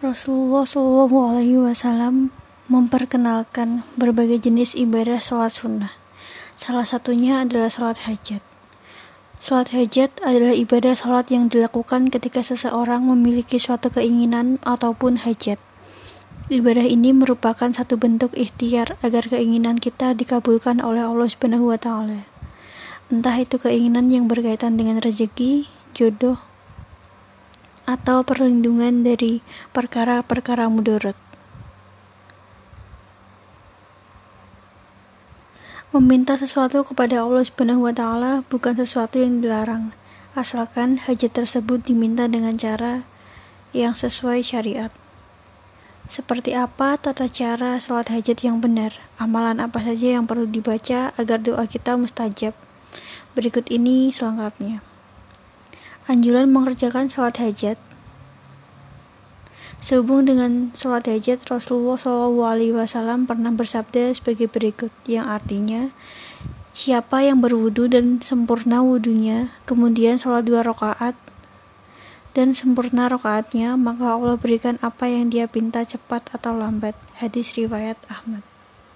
Rasulullah SAW memperkenalkan berbagai jenis ibadah salat sunnah. Salah satunya adalah salat hajat. Salat hajat adalah ibadah salat yang dilakukan ketika seseorang memiliki suatu keinginan ataupun hajat. Ibadah ini merupakan satu bentuk ikhtiar agar keinginan kita dikabulkan oleh Allah SWT. Entah itu keinginan yang berkaitan dengan rezeki, jodoh, atau perlindungan dari perkara-perkara mudarat. Meminta sesuatu kepada Allah SWT bukan sesuatu yang dilarang, asalkan hajat tersebut diminta dengan cara yang sesuai syariat. Seperti apa tata cara salat hajat yang benar? Amalan apa saja yang perlu dibaca agar doa kita mustajab? Berikut ini selengkapnya. Anjuran mengerjakan salat hajat. Sehubung dengan salat hajat, Rasulullah SAW pernah bersabda sebagai berikut, yang artinya, siapa yang berwudu dan sempurna wudunya, kemudian salat 2 rakaat dan sempurna rakaatnya, maka Allah berikan apa yang dia pinta cepat atau lambat. Hadis riwayat Ahmad.